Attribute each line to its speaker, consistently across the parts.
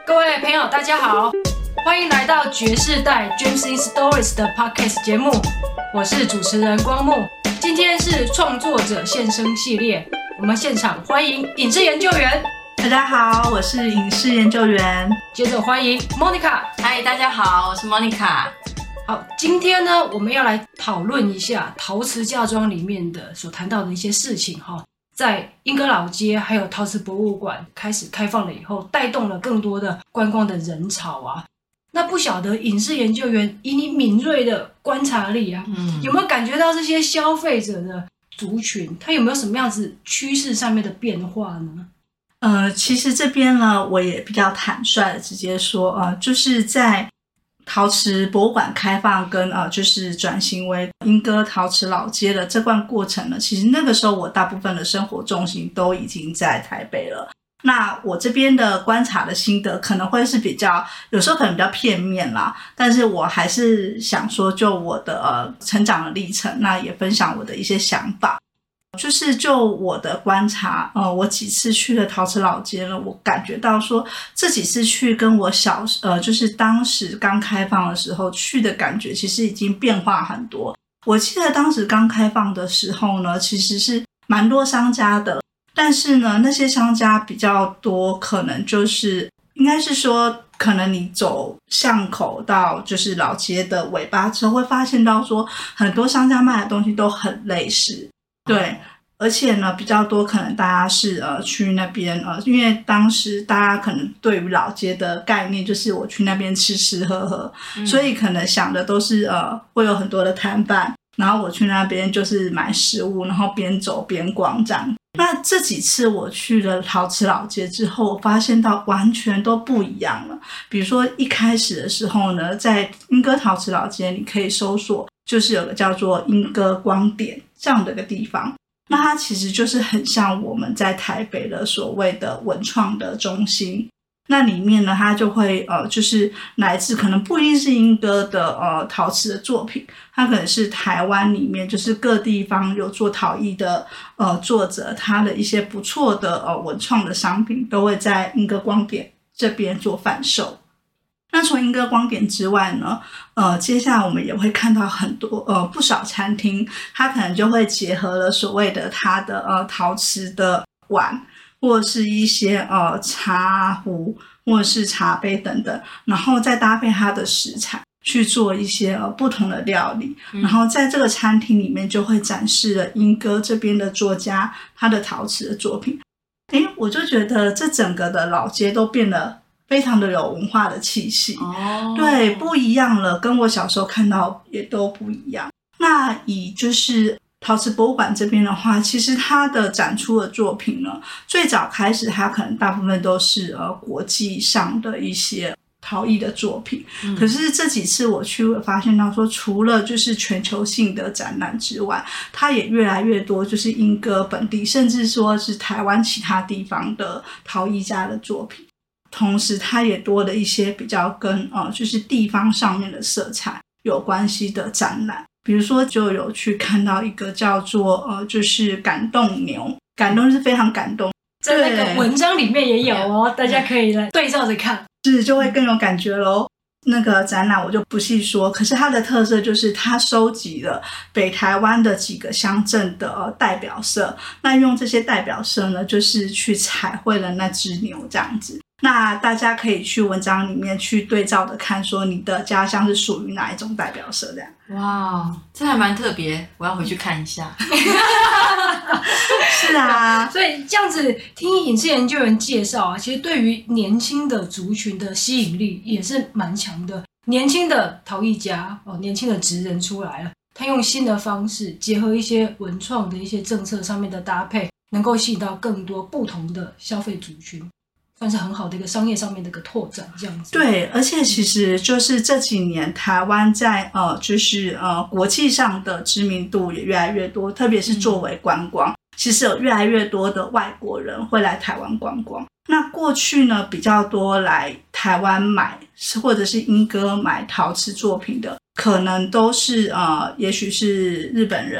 Speaker 1: 各位朋友大家好，欢迎来到爵士代 James in Stories 的 Podcast 节目，我是主持人光木。今天是创作者现身系列，我们现场欢迎影视研究员。
Speaker 2: 大家好，我是影视研究员。
Speaker 1: 接着欢迎 Monica。
Speaker 3: 嗨，大家好，我是 Monica。
Speaker 1: 好，今天呢，我们要来讨论一下陶瓷嫁妆里面的所谈到的一些事情哈。在莺歌老街还有陶瓷博物馆开始开放了以后，带动了更多的观光的人潮啊。那不晓得影视研究员以你敏锐的观察力啊，有没有感觉到这些消费者的族群，它有没有什么样子趋势上面的变化呢？
Speaker 2: 其实这边呢，我也比较坦率的直接说，就是在陶瓷博物馆开放跟就是转型为莺歌陶瓷老街的这段过程呢，其实那个时候我大部分的生活重心都已经在台北了。那我这边的观察的心得可能会是比较，有时候可能比较片面啦，但是我还是想说就我的成长的历程，那也分享我的一些想法。就是就我的观察，我几次去了陶瓷老街了，我感觉到说这几次去跟我就是当时刚开放的时候去的感觉其实已经变化很多。我记得当时刚开放的时候呢，其实是蛮多商家的，但是呢那些商家比较多，可能就是应该是说可能你走巷口到就是老街的尾巴之后，会发现到说很多商家卖的东西都很类似。对，而且呢比较多可能大家是去那边因为当时大家可能对于老街的概念就是我去那边吃吃喝喝，所以可能想的都是会有很多的摊贩，然后我去那边就是买食物，然后边走边逛这样。那这几次我去了陶瓷老街之后，我发现到完全都不一样了。比如说一开始的时候呢，在莺歌陶瓷老街你可以搜索，就是有个叫做莺歌光点这样的一个地方，那它其实就是很像我们在台北的所谓的文创的中心。那里面呢，它就会就是来自可能不一定是莺歌的陶瓷的作品，它可能是台湾里面就是各地方有做陶艺的作者，他的一些不错的文创的商品都会在莺歌光点这边做贩售。那从莺歌光点之外呢，接下来我们也会看到很多不少餐厅，它可能就会结合了所谓的它的陶瓷的碗，或者是一些茶壶或者是茶杯等等，然后再搭配它的食材去做一些不同的料理，然后在这个餐厅里面就会展示了莺歌这边的作家他的陶瓷的作品。我就觉得这整个的老街都变得非常的有文化的气息，对，不一样了，跟我小时候看到也都不一样。那以就是陶瓷博物馆这边的话，其实它的展出的作品呢，最早开始它可能大部分都是国际上的一些陶艺的作品，可是这几次我去会发现到说，除了就是全球性的展览之外，它也越来越多就是莺歌本地甚至说是台湾其他地方的陶艺家的作品，同时它也多了一些比较跟就是地方上面的色彩有关系的展览。比如说就有去看到一个叫做就是感动牛，感动是非常感动，
Speaker 1: 在那个文章里面也有哦，大家可以来对照着看，
Speaker 2: 是就会更有感觉咯。那个展览我就不细说，可是它的特色就是它收集了北台湾的几个乡镇的代表色，那用这些代表色呢，就是去彩绘了那只牛这样子。那大家可以去文章里面去对照的看，说你的家乡是属于哪一种代表色这样。
Speaker 3: 哇，这还蛮特别，我要回去看一下。
Speaker 2: 是啊，
Speaker 1: 所以这样子听影视研究员介绍啊，其实对于年轻的族群的吸引力也是蛮强的。年轻的陶艺家年轻的职人出来了，他用新的方式结合一些文创的一些政策上面的搭配，能够吸引到更多不同的消费族群，算是很好的一个商业上面的一个拓展这样子。
Speaker 2: 对，而且其实就是这几年台湾在就是国际上的知名度也越来越多，特别是作为观光，其实有越来越多的外国人会来台湾观光。那过去呢比较多来台湾买或者是莺歌买陶瓷作品的，可能都是也许是日本人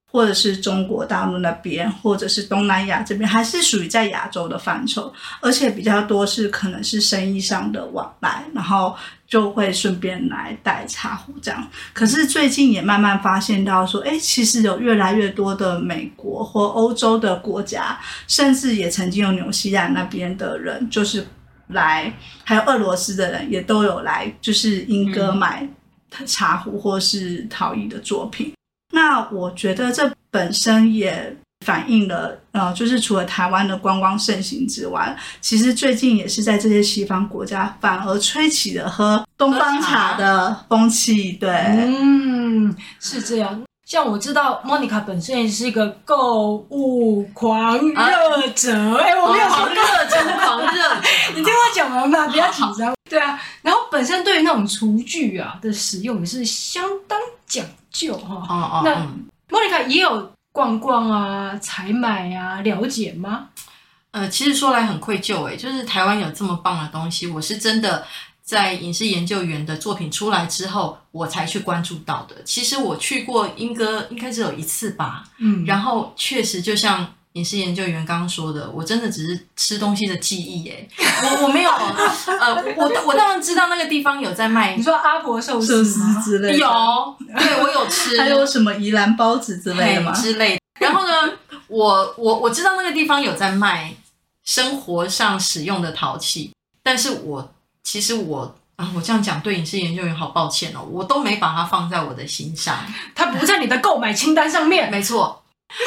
Speaker 2: 或者是中国大陆那边，或者是东南亚这边，还是属于在亚洲的范畴，而且比较多是可能是生意上的往来，然后就会顺便来带茶壶这样。可是最近也慢慢发现到说，其实有越来越多的美国或欧洲的国家，甚至也曾经有纽西兰那边的人就是来，还有俄罗斯的人也都有来，就是莺歌买茶壶或是陶艺的作品。那我觉得这本身也反映了就是除了台湾的观光盛行之外，其实最近也是在这些西方国家反而吹起了喝东方茶的风气。对，
Speaker 1: 是这样。像我知道 Monica 本身也是一个购物狂热者，我没有
Speaker 3: 狂热者，狂热者，
Speaker 1: 你听我讲完吧，不要紧张。对啊，然后本身对于那种厨具啊的使用也是相当讲究哈。那 Monica 也有逛逛啊、采买啊、了解吗？
Speaker 3: 其实说来很愧疚就是台湾有这么棒的东西，我是真的在影视研究员的作品出来之后，我才去关注到的。其实我去过莺歌，应该只有一次吧。然后确实就像影视研究员刚刚说的，我真的只是吃东西的记忆我没有我当然知道那个地方有在卖，
Speaker 1: 你说阿婆寿
Speaker 2: 司
Speaker 1: 吗？
Speaker 2: 之类的，
Speaker 3: 有，对我有吃，
Speaker 2: 还有什么宜兰包子之类的吗？
Speaker 3: 之类的。然后呢，我知道那个地方有在卖生活上使用的陶器，但是其实我这样讲对影视研究员好抱歉我都没把它放在我的心上，
Speaker 1: 它不在你的购买清单上面。
Speaker 3: 没错，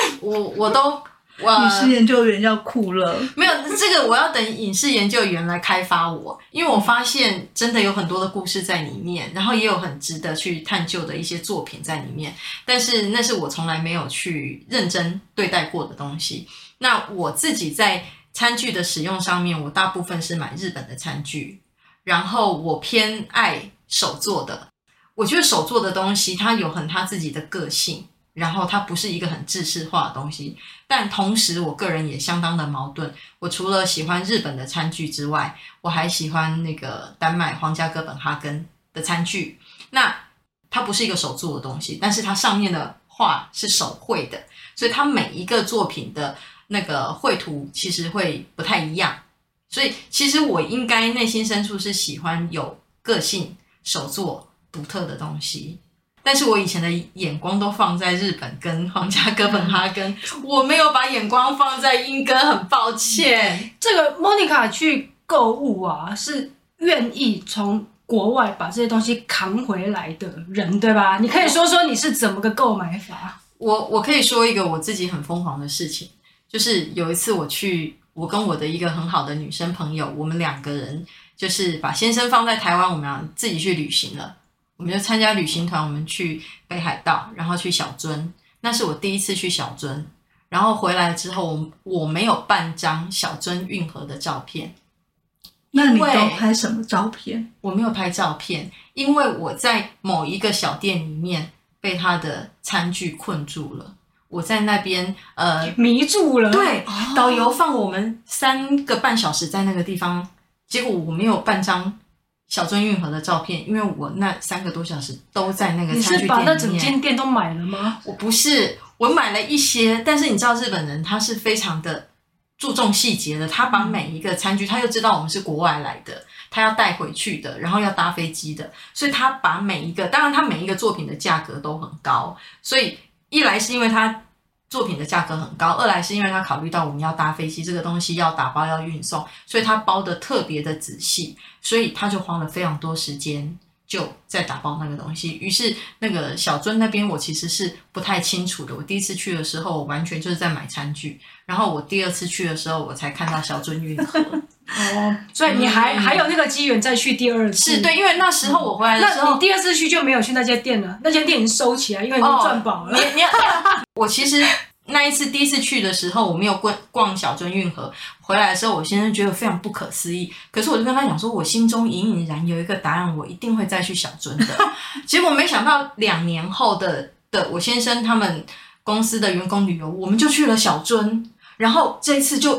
Speaker 2: 影视研究员要酷了，
Speaker 3: 没有这个，我要等影视研究员来开发我，因为我发现真的有很多的故事在里面，然后也有很值得去探究的一些作品在里面，但是那是我从来没有去认真对待过的东西。那我自己在餐具的使用上面，我大部分是买日本的餐具，然后我偏爱手做的，我觉得手做的东西它有它自己的个性，然后它不是一个很制式化的东西，但同时我个人也相当的矛盾。我除了喜欢日本的餐具之外，我还喜欢那个丹麦皇家哥本哈根的餐具。那它不是一个手做的东西，但是它上面的画是手绘的，所以它每一个作品的那个绘图其实会不太一样。所以其实我应该内心深处是喜欢有个性、手作、独特的东西。但是我以前的眼光都放在日本跟皇家哥本哈根，我没有把眼光放在莺歌，很抱歉。
Speaker 1: 这个 Monica 去购物啊，是愿意从国外把这些东西扛回来的人，对吧？你可以说说你是怎么个购买法？
Speaker 3: 我可以说一个我自己很疯狂的事情，就是有一次我跟我的一个很好的女生朋友，我们2个人就是把先生放在台湾，我们俩自己去旅行了。我们就参加旅行团，我们去北海道，然后去小樽，那是我第一次去小樽。然后回来之后，我没有半张小樽运河的照片。
Speaker 2: 那你都拍什么照片？
Speaker 3: 我没有拍照片，因为我在某一个小店里面被他的餐具困住了。我在那边
Speaker 1: 迷住了。
Speaker 3: 对，导游放我们3个半小时在那个地方，结果我没有半张小樽运河的照片，因为我那3个多小时都在那个餐具店里面。
Speaker 1: 你是把那整间店都买了吗？
Speaker 3: 我不是，我买了一些，但是你知道日本人他是非常的注重细节的，他把每一个餐具，他又知道我们是国外来的，他要带回去的，然后要搭飞机的，所以他把每一个，当然他每一个作品的价格都很高，所以一来是因为他作品的价格很高，二来是因为他考虑到我们要搭飞机，这个东西要打包要运送，所以他包的特别的仔细，所以他就花了非常多时间就在打包那个东西。于是那个小樽那边我其实是不太清楚的，我第一次去的时候我完全就是在买餐具，然后我第2次去的时候我才看到小樽运河。
Speaker 1: 所以你还有那个机缘再去第2次？
Speaker 3: 是对，因为那时候我回来的时候，
Speaker 1: 那你第2次去就没有去那间店了，那间店已经收起来，因为已经赚饱了。
Speaker 3: 我其实那一次第1次去的时候，我没有逛小樽运河，回来的时候我先生觉得非常不可思议，可是我就跟他讲说，我心中隐隐然有一个答案，我一定会再去小樽的。结果没想到2年后的我先生他们公司的员工旅游，我们就去了小樽，然后这一次就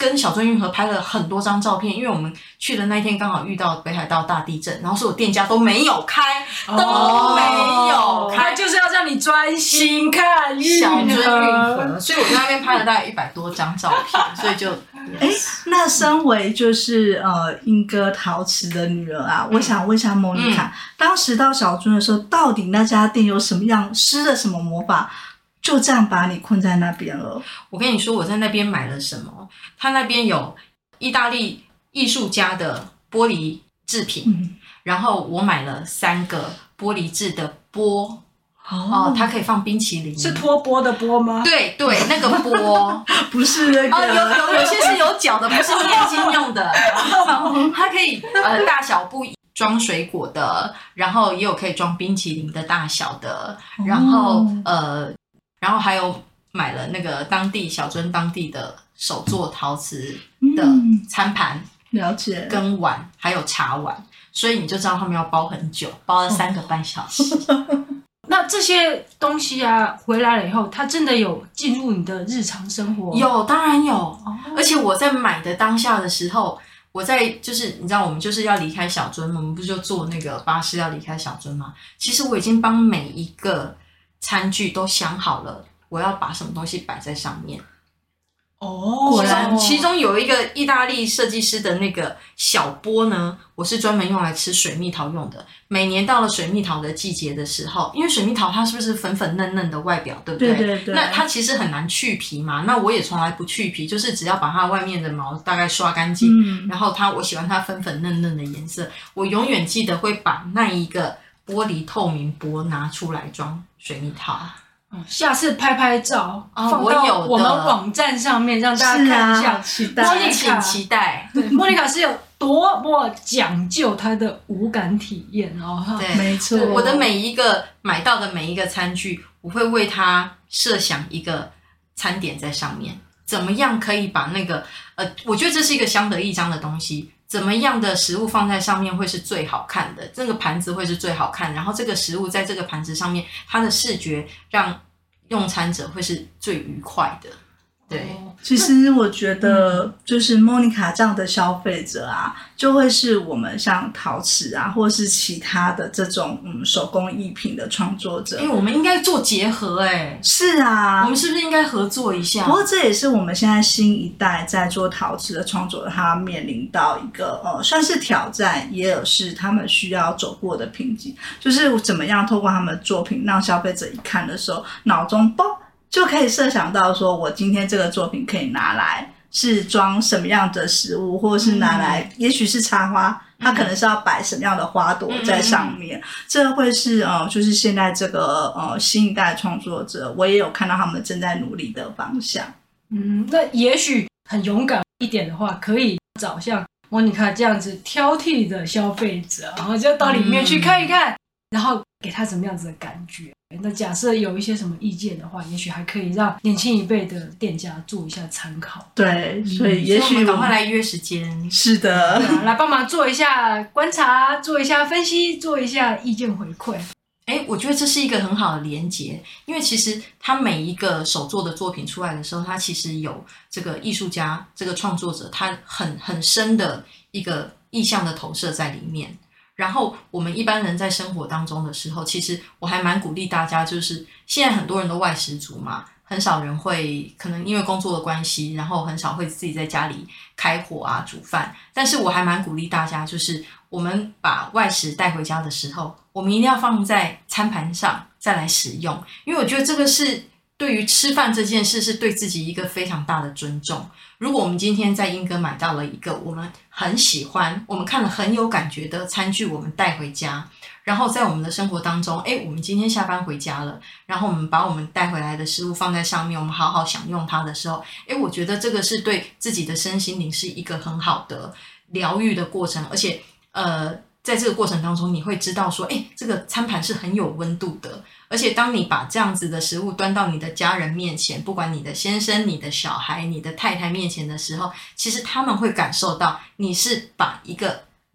Speaker 3: 跟小樽运河拍了很多张照片，因为我们去的那一天刚好遇到北海道大地震，然后所有店家都没有开，都没有开，
Speaker 1: 就是要让你专心看
Speaker 3: 小樽运
Speaker 1: 河。
Speaker 3: 河，所以我在那边拍了大概100多张照片，所以就
Speaker 2: 那身为就是英歌陶瓷的女儿啊，我想问一下莫妮卡，当时到小樽的时候，到底那家店有什么样施了什么魔法，就这样把你困在那边了？
Speaker 3: 我跟你说我在那边买了什么，他那边有意大利艺术家的玻璃制品，然后我买了3个玻璃制的钵。它可以放冰淇淋，
Speaker 1: 是托钵的钵吗？
Speaker 3: 对对，那个钵
Speaker 2: 不是那个
Speaker 3: 有些是有脚的，不是念经用的。它可以大小不一，装水果的，然后也有可以装冰淇淋的大小的，然后还有买了那个小樽当地的手做陶瓷的餐盘，
Speaker 2: 了解，
Speaker 3: 跟碗还有茶碗，所以你就知道他们要包很久，包了3个半小时。
Speaker 1: 那这些东西啊，回来了以后，它真的有进入你的日常生活？
Speaker 3: 有，当然有。而且我在买的当下的时候，我在就是你知道，我们就是要离开小樽，我们不就坐那个巴士要离开小樽吗？其实我已经帮每一个餐具都想好了，我要把什么东西摆在上面。
Speaker 2: 果然
Speaker 3: 其中有一个意大利设计师的那个小钵呢，我是专门用来吃水蜜桃用的。每年到了水蜜桃的季节的时候，因为水蜜桃它是不是粉粉嫩嫩的外表，对不对？
Speaker 2: 对对对。
Speaker 3: 那它其实很难去皮嘛，那我也从来不去皮，就是只要把它外面的毛大概刷干净，然后我喜欢它粉粉嫩嫩的颜色，我永远记得会把那一个玻璃透明钵拿出来装水蜜桃。
Speaker 1: 下次拍照，放到我们网站上面让大家看一下。
Speaker 2: 期待，
Speaker 3: 请期待。
Speaker 1: 对，莫妮卡是有多么讲究她的五感体验哦。
Speaker 3: 对，
Speaker 2: 没错。
Speaker 3: 我的每一个买到的每一个餐具，我会为它设想一个餐点在上面，怎么样可以把那个我觉得这是一个相得益彰的东西。怎么样的食物放在上面会是最好看的？这个盘子会是最好看，然后这个食物在这个盘子上面，它的视觉让用餐者会是最愉快的。对，
Speaker 2: 其实我觉得就是莫妮卡这样的消费者啊，就会是我们像陶瓷啊，或是其他的这种手工艺品的创作者。
Speaker 3: 我们应该做结合
Speaker 2: 是啊，
Speaker 3: 我们是不是应该合作一下？
Speaker 2: 不过这也是我们现在新一代在做陶瓷的创作者，他面临到一个算是挑战，也有是他们需要走过的瓶颈，就是怎么样透过他们的作品让消费者一看的时候，脑中嘣就可以设想到说，我今天这个作品可以拿来是装什么样的食物，或者是拿来也许是插花，它可能是要摆什么样的花朵在上面。这会是就是现在这个新一代创作者，我也有看到他们正在努力的方向。
Speaker 1: 那也许很勇敢一点的话，可以找像莫妮卡这样子挑剔的消费者，然后就到里面去看一看，然后给他什么样子的感觉。那假设有一些什么意见的话，也许还可以让年轻一辈的店家做一下参考。
Speaker 2: 对，所以也许
Speaker 3: 我们赶快来约时间。
Speaker 2: 是的，
Speaker 1: 来帮忙做一下观察，做一下分析，做一下意见回馈。
Speaker 3: 我觉得这是一个很好的连结，因为其实他每一个手作的作品出来的时候，他其实有这个艺术家、这个创作者，他很深的一个意象的投射在里面。然后我们一般人在生活当中的时候，其实我还蛮鼓励大家，就是现在很多人都外食族嘛，很少人会可能因为工作的关系，然后很少会自己在家里开火啊煮饭。但是我还蛮鼓励大家，就是我们把外食带回家的时候，我们一定要放在餐盘上再来使用，因为我觉得这个是对于吃饭这件事是对自己一个非常大的尊重。如果我们今天在英歌买到了一个我们很喜欢，我们看了很有感觉的餐具，我们带回家，然后在我们的生活当中，我们今天下班回家了，然后我们把我们带回来的食物放在上面，我们好好享用它的时候，我觉得这个是对自己的身心灵是一个很好的疗愈的过程。而且在这个过程当中，你会知道说，这个餐盘是很有温度的。而且当你把这样子的食物端到你的家人面前，不管你的先生、你的小孩、你的太太面前的时候，其实他们会感受到你是把一个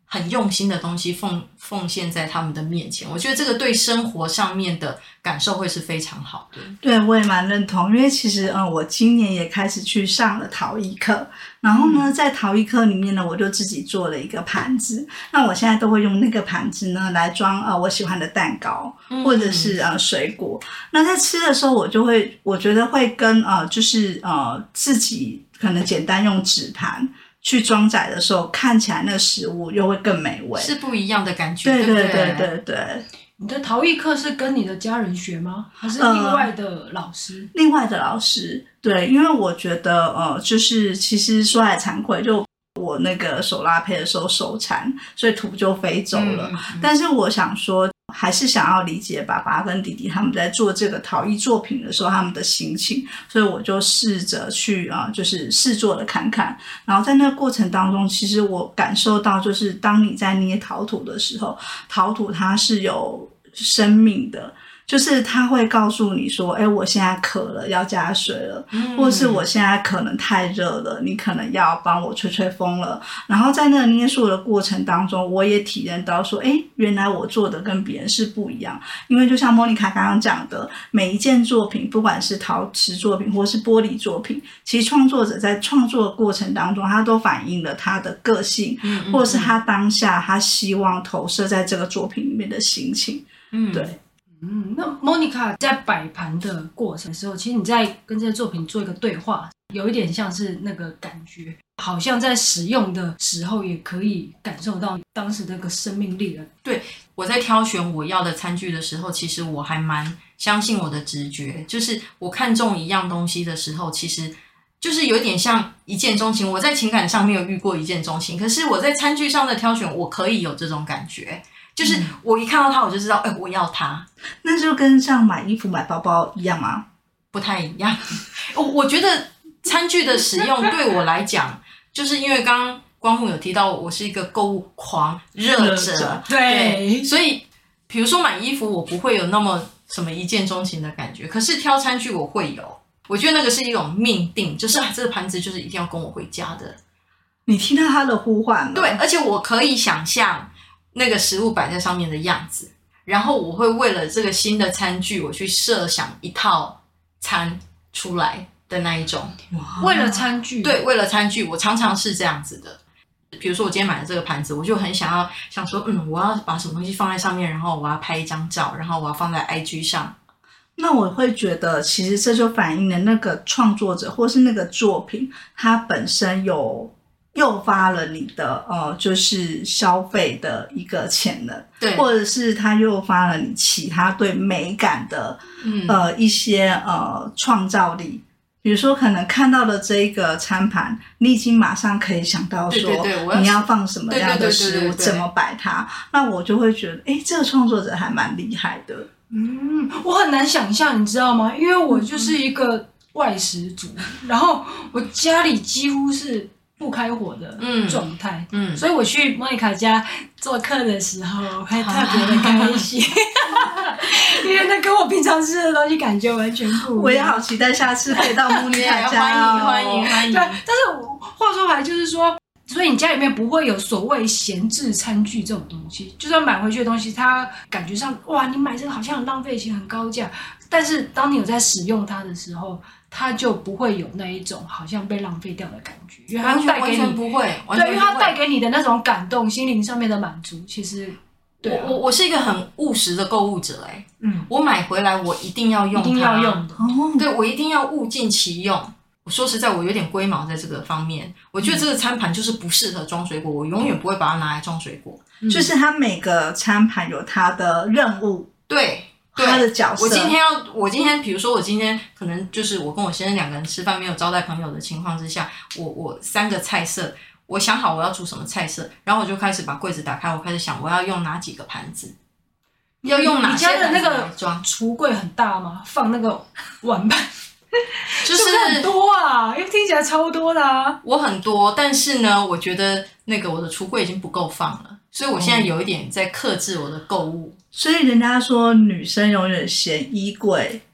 Speaker 3: 很用心的东西奉献在他们的面前，我觉得这个对生活上面的感受会是非常好的。
Speaker 2: 对，我也蛮认同，因为其实我今年也开始去上了陶艺课，然后呢，在陶艺课里面呢，我就自己做了一个盘子，那我现在都会用那个盘子呢来装我喜欢的蛋糕或者是水果。那在吃的时候，我觉得会跟就是自己可能简单用纸盘去装载的时候，看起来那个食物又会更美味，
Speaker 3: 是不一样的感觉。
Speaker 2: 对对
Speaker 3: 对不对？
Speaker 2: 对对对。
Speaker 1: 你的陶艺课是跟你的家人学吗？还是另外的老师？
Speaker 2: 另外的老师，对，因为我觉得就是其实说来惭愧，就我那个手拉胚的时候手残，所以图就飞走了。但是我想说，还是想要理解爸爸跟弟弟他们在做这个陶艺作品的时候他们的心情，所以我就试着去就是试做了看看。然后在那个过程当中，其实我感受到，就是当你在捏陶土的时候，陶土它是有生命的。就是他会告诉你说，我现在渴了，要加水了，或是我现在可能太热了，你可能要帮我吹吹风了。然后在那个捏塑的过程当中，我也体验到说，原来我做的跟别人是不一样。因为就像莫妮卡刚刚讲的，每一件作品，不管是陶瓷作品或是玻璃作品，其实创作者在创作的过程当中，他都反映了他的个性，或是他当下他希望投射在这个作品里面的心情。对。
Speaker 1: 那 Monica 在摆盘的过程的时候，其实你在跟这些作品做一个对话，有一点像是那个感觉，好像在使用的时候也可以感受到当时那个生命力了。
Speaker 3: 对，我在挑选我要的餐具的时候，其实我还蛮相信我的直觉，就是我看中一样东西的时候，其实就是有点像一见钟情。我在情感上没有遇过一见钟情，可是我在餐具上的挑选，我可以有这种感觉。就是我一看到它，我就知道，我要它。
Speaker 2: 那就跟像买衣服、买包包一样吗？
Speaker 3: 不太一样。我觉得餐具的使用对我来讲，就是因为刚刚光复有提到，我是一个购物狂热者，对，所以比如说买衣服，我不会有那么什么一见钟情的感觉，可是挑餐具我会有。我觉得那个是一种命定，就是这个盘子就是一定要跟我回家的。
Speaker 2: 你听到他的呼唤了？
Speaker 3: 对，而且我可以想象那个食物摆在上面的样子，然后我会为了这个新的餐具，我去设想一套餐出来的那一种。
Speaker 1: 为了餐具？
Speaker 3: 对，为了餐具，我常常是这样子的。比如说我今天买了这个盘子，我就很想说，我要把什么东西放在上面，然后我要拍一张照，然后我要放在 IG 上。
Speaker 2: 那我会觉得，其实这就反映了那个创作者或是那个作品，它本身有诱发了你的就是消费的一个潜能，
Speaker 3: 对，
Speaker 2: 或者是它诱发了你其他对美感的一些创造力。比如说可能看到了这一个餐盘，你已经马上可以想到说你要放什么样的食物，怎么摆它，那我就会觉得这个创作者还蛮厉害的。
Speaker 1: 我很难想象，你知道吗？因为我就是一个外食族，然后我家里几乎是不开火的状态，所以我去莫妮卡家做客的时候会特别的开心，因为那跟我平常吃的东西感觉完全不一样。
Speaker 2: 我也好期待下次可以到莫妮卡家
Speaker 3: 欢迎。对，
Speaker 1: 但是话说回来，就是说，所以你家里面不会有所谓闲置餐具这种东西，就算买回去的东西，它感觉上哇，你买这个好像很浪费钱，很高价，但是当你有在使用它的时候，它就不会有那一种好像被浪费掉的感觉，因为它带给你
Speaker 3: 完全不会，
Speaker 1: 对，因为它带给你的那种感动，心灵上面的满足，其实对
Speaker 3: 我是一个很务实的购物者我买回来我一定要用它，
Speaker 1: 一定要用的，
Speaker 3: 对，我一定要物尽其用。我说实在，我有点龟毛在这个方面。我觉得这个餐盘就是不适合装水果，我永远不会把它拿来装水果。
Speaker 2: 就是它每个餐盘有它的任务，
Speaker 3: 对，
Speaker 2: 他的角色。
Speaker 3: 我今天，比如说我今天可能就是我跟我先生2个人吃饭，没有招待朋友的情况之下，我3个菜色，我想好我要煮什么菜色，然后我就开始把柜子打开，我开始想我要用哪几个盘子，要用哪些盘子来装。
Speaker 1: 你家的那个橱柜很大吗？放那个碗盘？
Speaker 3: 就是
Speaker 1: 很多啊，因为听起来超多的啊。
Speaker 3: 我很多，但是呢，我觉得那个我的橱柜已经不够放了，所以我现在有一点在克制我的购物。
Speaker 2: 所以人家说女生永远嫌衣柜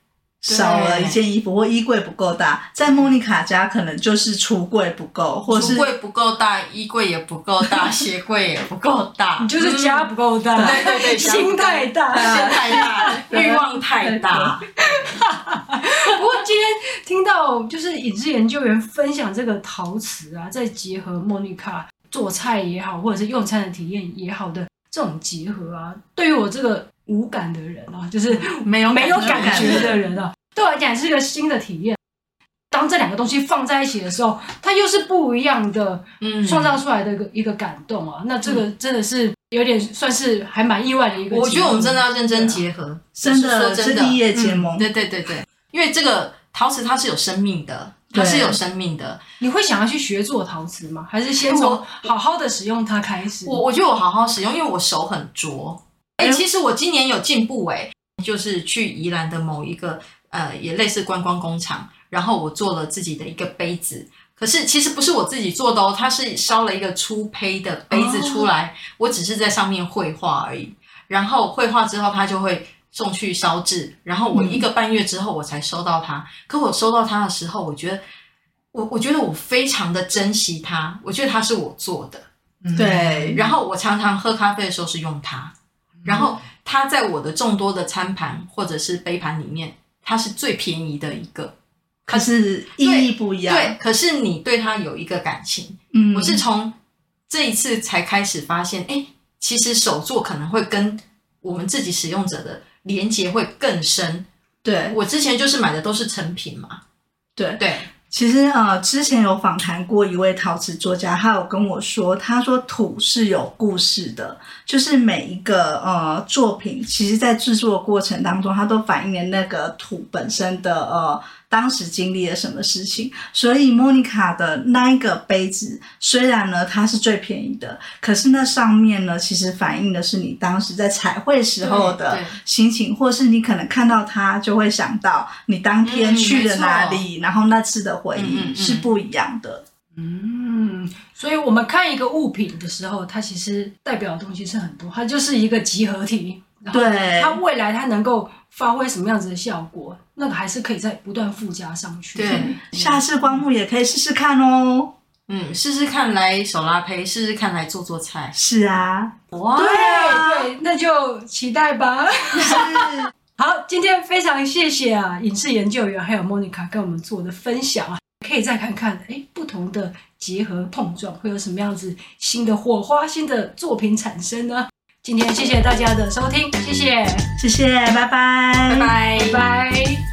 Speaker 2: 少了一件衣服，或衣柜不够大。在莫妮卡家可能就是橱柜不够，或是
Speaker 3: 橱柜不够大，衣柜也不够大，鞋柜也不够大，
Speaker 1: 你就是家不够大，
Speaker 3: 对对对，
Speaker 1: 心太大，
Speaker 3: 心太大，欲望太大。
Speaker 1: 不过今天听到就是影视研究员分享这个陶瓷啊，再结合莫妮卡做菜也好，或者是用餐的体验也好的这种结合啊，对于我这个无感的人啊，就是没有感觉的人啊，对我来讲是一个新的体验。当这两个东西放在一起的时候，它又是不一样的创造出来的一个感动啊。那这个真的是有点算是还蛮意外的一个。
Speaker 3: 我觉得我们真的要认真结合，
Speaker 2: 真的是异业结盟。
Speaker 3: 对对对对，因为这个陶瓷它是有生命的，它是有生命的。
Speaker 1: 你会想要去学做陶瓷吗？还是先从好好的使用它开始？
Speaker 3: 我觉得我好好使用，因为我手很拙。其实我今年有进步就是去宜兰的某一个也类似观光工厂。然后我做了自己的一个杯子，可是其实不是我自己做的哦，它是烧了一个粗胚的杯子出来，我只是在上面绘画而已。然后绘画之后，它就会送去烧制，然后我1个半月之后我才收到它。可我收到它的时候，我觉得我非常的珍惜它，我觉得它是我做的，
Speaker 2: 对。
Speaker 3: 然后我常常喝咖啡的时候是用它，然后它在我的众多的餐盘或者是杯盘里面，它是最便宜的一个。
Speaker 2: 可是意义不一样，
Speaker 3: 对，可是你对它有一个感情。我是从这一次才开始发现，其实手作可能会跟我们自己使用者的连结会更深。
Speaker 2: 对，
Speaker 3: 我之前就是买的都是成品嘛。
Speaker 2: 对
Speaker 3: 对。
Speaker 2: 其实之前有访谈过一位陶瓷作家，他有跟我说，他说土是有故事的，就是每一个作品，其实在制作过程当中，它都反映了那个土本身的当时经历了什么事情。所以莫妮卡的那一个杯子，虽然呢它是最便宜的，可是那上面呢其实反映的是你当时在彩绘时候的心情，或是你可能看到它就会想到你当天去了哪里，然后那次的回忆是不一样的。
Speaker 1: 所以我们看一个物品的时候，它其实代表的东西是很多，它就是一个集合体。
Speaker 2: 对，
Speaker 1: 它未来它能够发挥什么样子的效果，那个还是可以再不断附加上去。
Speaker 3: 对，
Speaker 2: 下次光幕也可以试试看哦。
Speaker 3: 试试看来手拉胚，试试看来做菜。
Speaker 2: 是啊，
Speaker 3: 哇，
Speaker 1: 对，那就期待吧。好，今天非常谢谢影视研究员还有莫妮卡跟我们做的分享啊，可以再看看不同的结合碰撞会有什么样子新的火花、新的作品产生呢？今天谢谢大家的收听，谢谢，
Speaker 2: 拜拜，
Speaker 3: 拜拜，
Speaker 1: 拜拜。